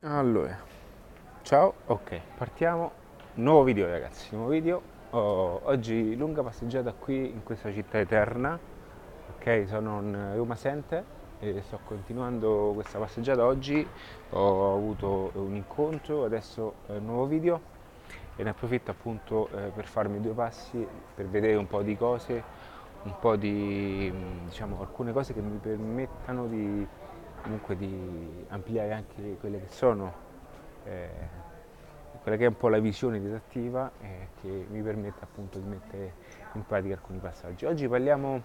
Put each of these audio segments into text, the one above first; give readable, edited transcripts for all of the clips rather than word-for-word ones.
Allora, ciao, ok, partiamo. Nuovo video ragazzi, nuovo video. Oggi lunga passeggiata qui in questa città eterna. Ok, sono in Roma Center e sto continuando questa passeggiata oggi. Ho avuto un incontro, adesso nuovo video e ne approfitto appunto per farmi due passi, per vedere un po' di cose, un po' di, diciamo, alcune cose che mi permettano di comunque di ampliare anche quelle che sono quella che è un po' la visione disattiva che mi permette appunto di mettere in pratica alcuni passaggi. Oggi parliamo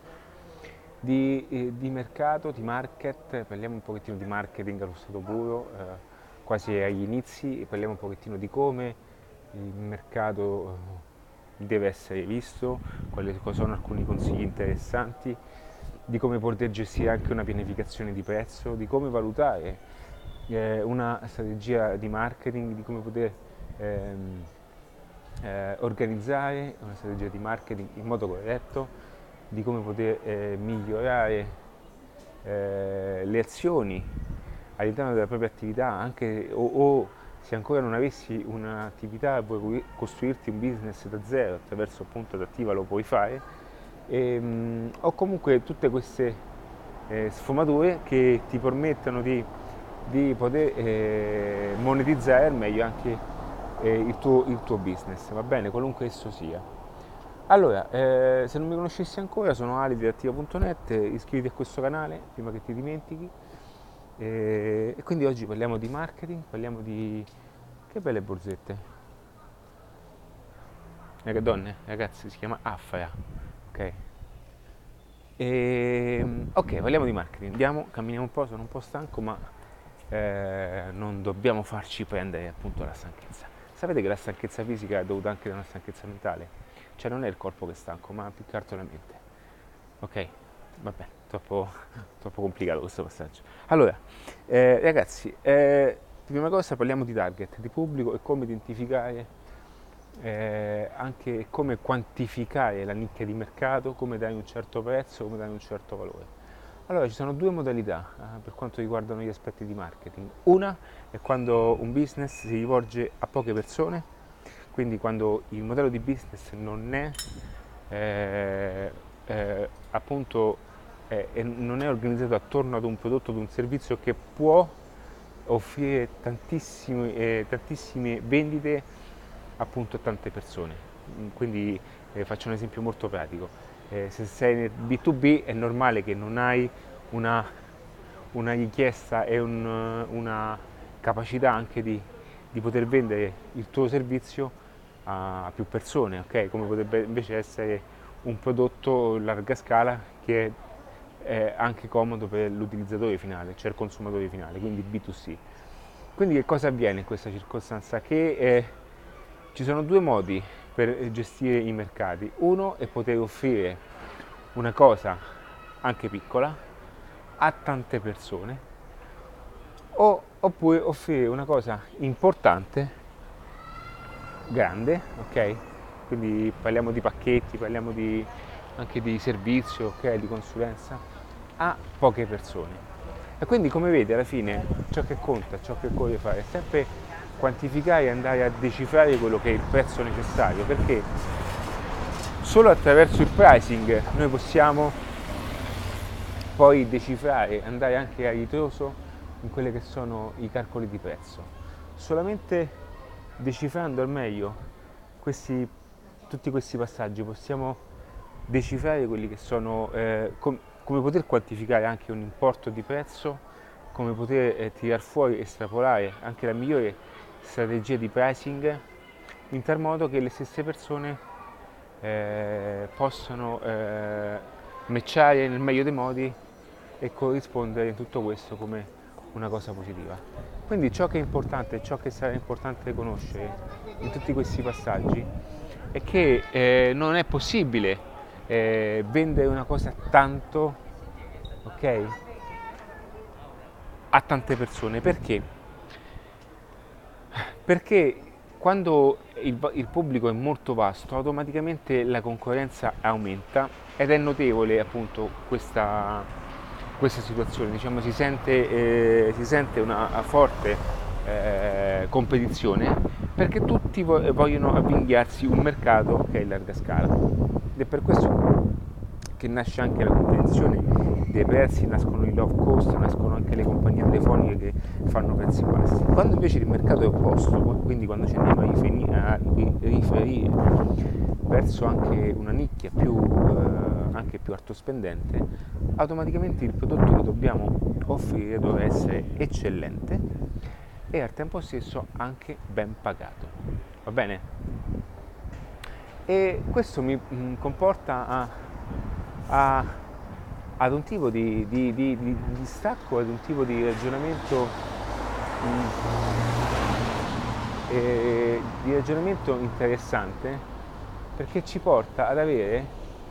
di mercato, di market, parliamo un pochettino di marketing allo stato puro, quasi agli inizi, e parliamo un pochettino di come il mercato deve essere visto, quali sono alcuni consigli interessanti, di come poter gestire anche una pianificazione di prezzo, di come valutare una strategia di marketing, di come poter ehm, organizzare una strategia di marketing in modo corretto, di come poter migliorare le azioni all'interno della propria attività, anche o se ancora non avessi un'attività puoi costruirti un business da zero attraverso appunto Adattiva, lo puoi fare. O comunque tutte queste sfumature che ti permettono di poter monetizzare al meglio anche il tuo business, va bene, qualunque esso sia. Allora, se non mi conoscessi ancora, sono Ali di attiva.net, iscriviti a questo canale prima che ti dimentichi. E quindi oggi parliamo di marketing, parliamo di... Che belle borsette! Che donne, ragazzi, si chiama Affra, ok? Ok, parliamo di marketing, andiamo, camminiamo un po', sono un po' stanco, ma non dobbiamo farci prendere appunto la stanchezza. Sapete che la stanchezza fisica è dovuta anche da una stanchezza mentale? Cioè non è il corpo che è stanco, ma più che altro la mente. Ok, vabbè, troppo complicato questo passaggio. Allora, ragazzi, prima cosa parliamo di target, di pubblico e come identificare, anche come quantificare la nicchia di mercato, come dare un certo prezzo, come dare un certo valore. Allora, ci sono due modalità per quanto riguardano gli aspetti di marketing. Una è quando un business si rivolge a poche persone, quindi quando il modello di business non è appunto non è organizzato attorno ad un prodotto, ad un servizio che può offrire tantissime vendite appunto a tante persone. Quindi faccio un esempio molto pratico. Se sei nel B2B è normale che non hai una, una richiesta e una capacità anche di poter vendere il tuo servizio a più persone, ok? Come potrebbe invece essere un prodotto a larga scala che è anche comodo per l'utilizzatore finale, cioè il consumatore finale, quindi B2C. Quindi che cosa avviene in questa circostanza? Che ci sono due modi per gestire i mercati. Uno è poter offrire una cosa anche piccola a tante persone, oppure offrire una cosa importante, grande, ok? Quindi parliamo di pacchetti, parliamo anche di servizio, ok? Di consulenza a poche persone. E quindi come vedi alla fine ciò che conta, ciò che occorre fare è sempre quantificare e andare a decifrare quello che è il prezzo necessario, perché solo attraverso il pricing noi possiamo poi decifrare, andare anche a ritroso in quelli che sono i calcoli di prezzo. Solamente decifrando al meglio tutti questi passaggi possiamo decifrare quelli che sono, come poter quantificare anche un importo di prezzo, come poter tirar fuori, estrapolare anche la migliore strategia di pricing, in tal modo che le stesse persone possano matchare nel meglio dei modi e corrispondere in tutto questo come una cosa positiva. Quindi ciò che è importante, ciò che sarà importante conoscere in tutti questi passaggi è che non è possibile vendere una cosa tanto, ok, a tante persone. Perché? Perché quando il pubblico è molto vasto, automaticamente la concorrenza aumenta ed è notevole appunto questa situazione, diciamo si sente una forte competizione, perché tutti vogliono avvinghiarsi un mercato che è in larga scala. Ed è per questo che nasce anche la competizione dei prezzi, nascono i low cost, nascono anche le compagnie telefoniche che fanno prezzi bassi. Quando invece il mercato è opposto, quindi quando ci andiamo a riferire verso anche una nicchia anche più altospendente, automaticamente il prodotto che dobbiamo offrire deve essere eccellente e al tempo stesso anche ben pagato. Va bene? E questo mi comporta ad un tipo di distacco, ad un tipo di ragionamento, di ragionamento interessante, perché ci porta ad avere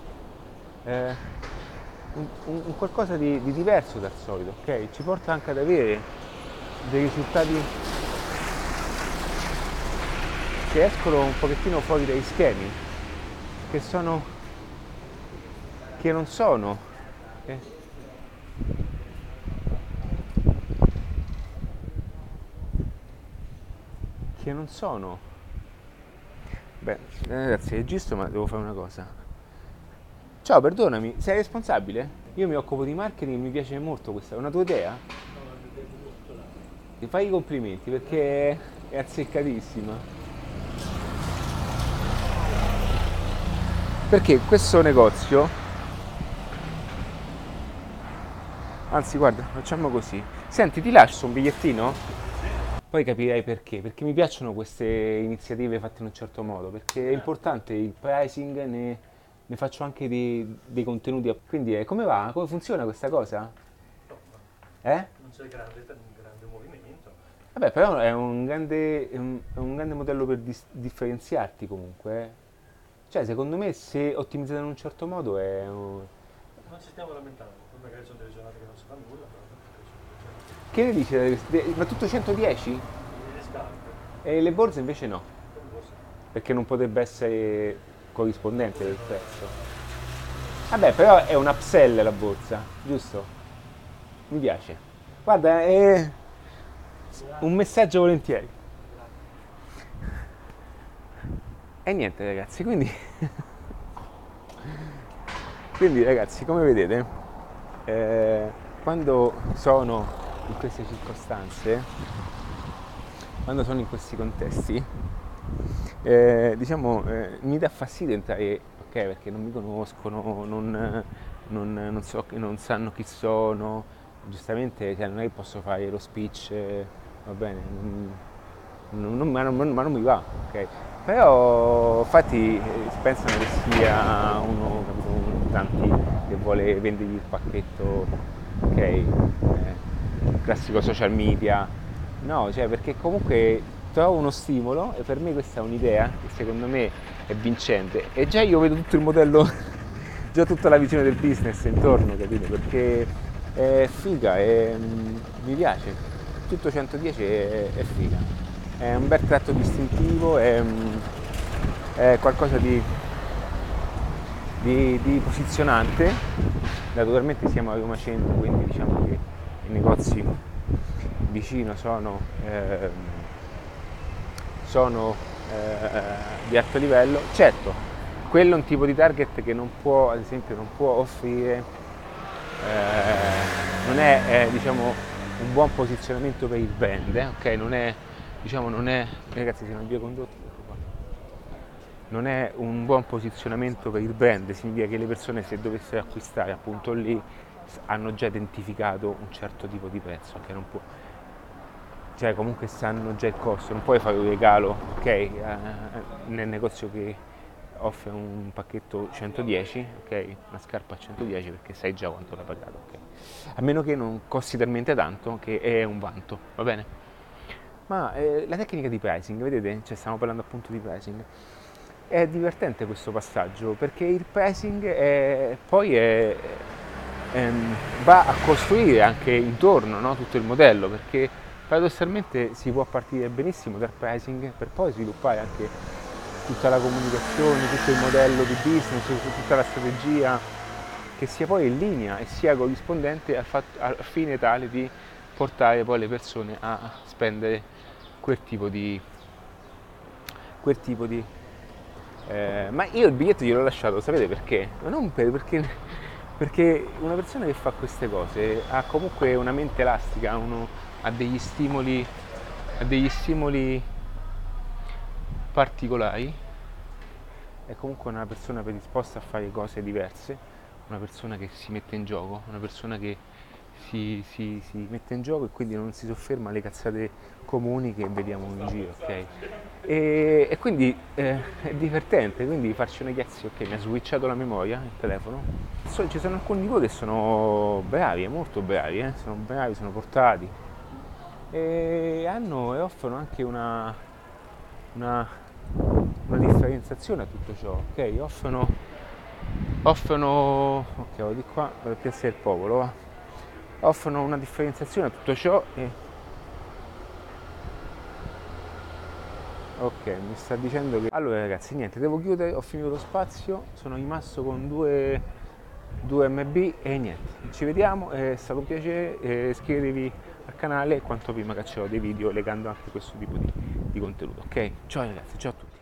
un qualcosa di diverso dal solito, ok? Ci porta anche ad avere dei risultati che escono un pochettino fuori dai schemi, che non sono che non sono ragazzi, registro, ma devo fare una cosa. Ciao, perdonami, sei responsabile? Io mi occupo di marketing e mi piace molto questa, è una tua idea? Ti fai i complimenti perché è azzeccatissima. Perché questo negozio, anzi guarda, facciamo così. Senti, ti lascio un bigliettino? Poi capirai perché mi piacciono queste iniziative fatte in un certo modo, perché è importante il pricing, ne faccio anche dei contenuti. Quindi come va? Come funziona questa cosa? Non c'è grande movimento. Vabbè, però è un grande modello per differenziarti comunque. Cioè, secondo me se ottimizzato in un certo modo Non ci stiamo lamentando, poi magari sono delle giornate che non si fa nulla, però Che ne dici? Ma tutto 110? le scarpe, E le borse invece no, come borse. perché non potrebbe essere corrispondente del prezzo. Vabbè, però è un upsell la borsa, giusto? Mi piace. Guarda, è un messaggio volentieri. E niente ragazzi, quindi ragazzi, come vedete, quando sono in queste circostanze, quando sono in questi contesti, mi dà fastidio entrare, ok, perché non mi conoscono, non sanno chi sono, giustamente cioè, non è che posso fare lo speech, va bene, ma non mi va, ok? Però infatti pensano che sia uno, capito, uno di tanti che vuole vendergli il pacchetto, ok? Classico social media. No, cioè perché comunque trovo uno stimolo e per me questa è un'idea che secondo me è vincente e già io vedo tutto il modello, già tutta la visione del business intorno, capito? Perché è figa, mi piace, tutto 110 è figa, è un bel tratto distintivo, è qualcosa di posizionante. Naturalmente siamo a Roma Centro, quindi diciamo che i negozi vicino sono di alto livello. Certo, quello è un tipo di target che non può, ad esempio, non può offrire, non è diciamo un buon posizionamento per il brand, ok? Non è, ragazzi, siamo in via Condotti, ecco qua. Non è un buon posizionamento per il brand, significa che le persone, se dovessero acquistare appunto lì, hanno già identificato un certo tipo di prezzo, che non può, cioè comunque sanno già il costo, non puoi fare un regalo, ok, nel negozio che offre un pacchetto 110, ok, una scarpa a 110 perché sai già quanto l'ha pagato, ok, a meno che non costi talmente tanto che è un vanto, va bene? Ma la tecnica di pricing, vedete, cioè stiamo parlando appunto di pricing, è divertente questo passaggio perché il pricing va a costruire anche intorno, no, tutto il modello, perché paradossalmente si può partire benissimo dal pricing per poi sviluppare anche tutta la comunicazione, tutto il modello di business, tutta la strategia che sia poi in linea e sia corrispondente al fine tale di portare poi le persone a spendere quel tipo di ma io il biglietto gliel'ho lasciato, sapete perché? Ma non perché una persona che fa queste cose ha comunque una mente elastica, ha degli stimoli particolari, è comunque una persona predisposta a fare cose diverse, una persona che si mette in gioco, una persona che si mette in gioco e quindi non si sofferma alle cazzate comuni che vediamo in giro, ok? E quindi è divertente, quindi farci una chiacchiera, ok, mi ha switchato la memoria, il telefono. Ci sono alcuni di voi che sono bravi, molto bravi, sono bravi, sono portati e offrono anche una, una differenziazione a tutto ciò, ok? Ok, vado di qua, per Piazza del Popolo, va. Offrono una differenziazione a tutto ciò e ok, mi sta dicendo che... Allora ragazzi, niente, devo chiudere, ho finito lo spazio, sono rimasto con due MB e niente, ci vediamo, è stato un piacere, iscrivetevi al canale quanto prima caccerò dei video legando anche questo tipo di contenuto, ok? Ciao ragazzi, ciao a tutti!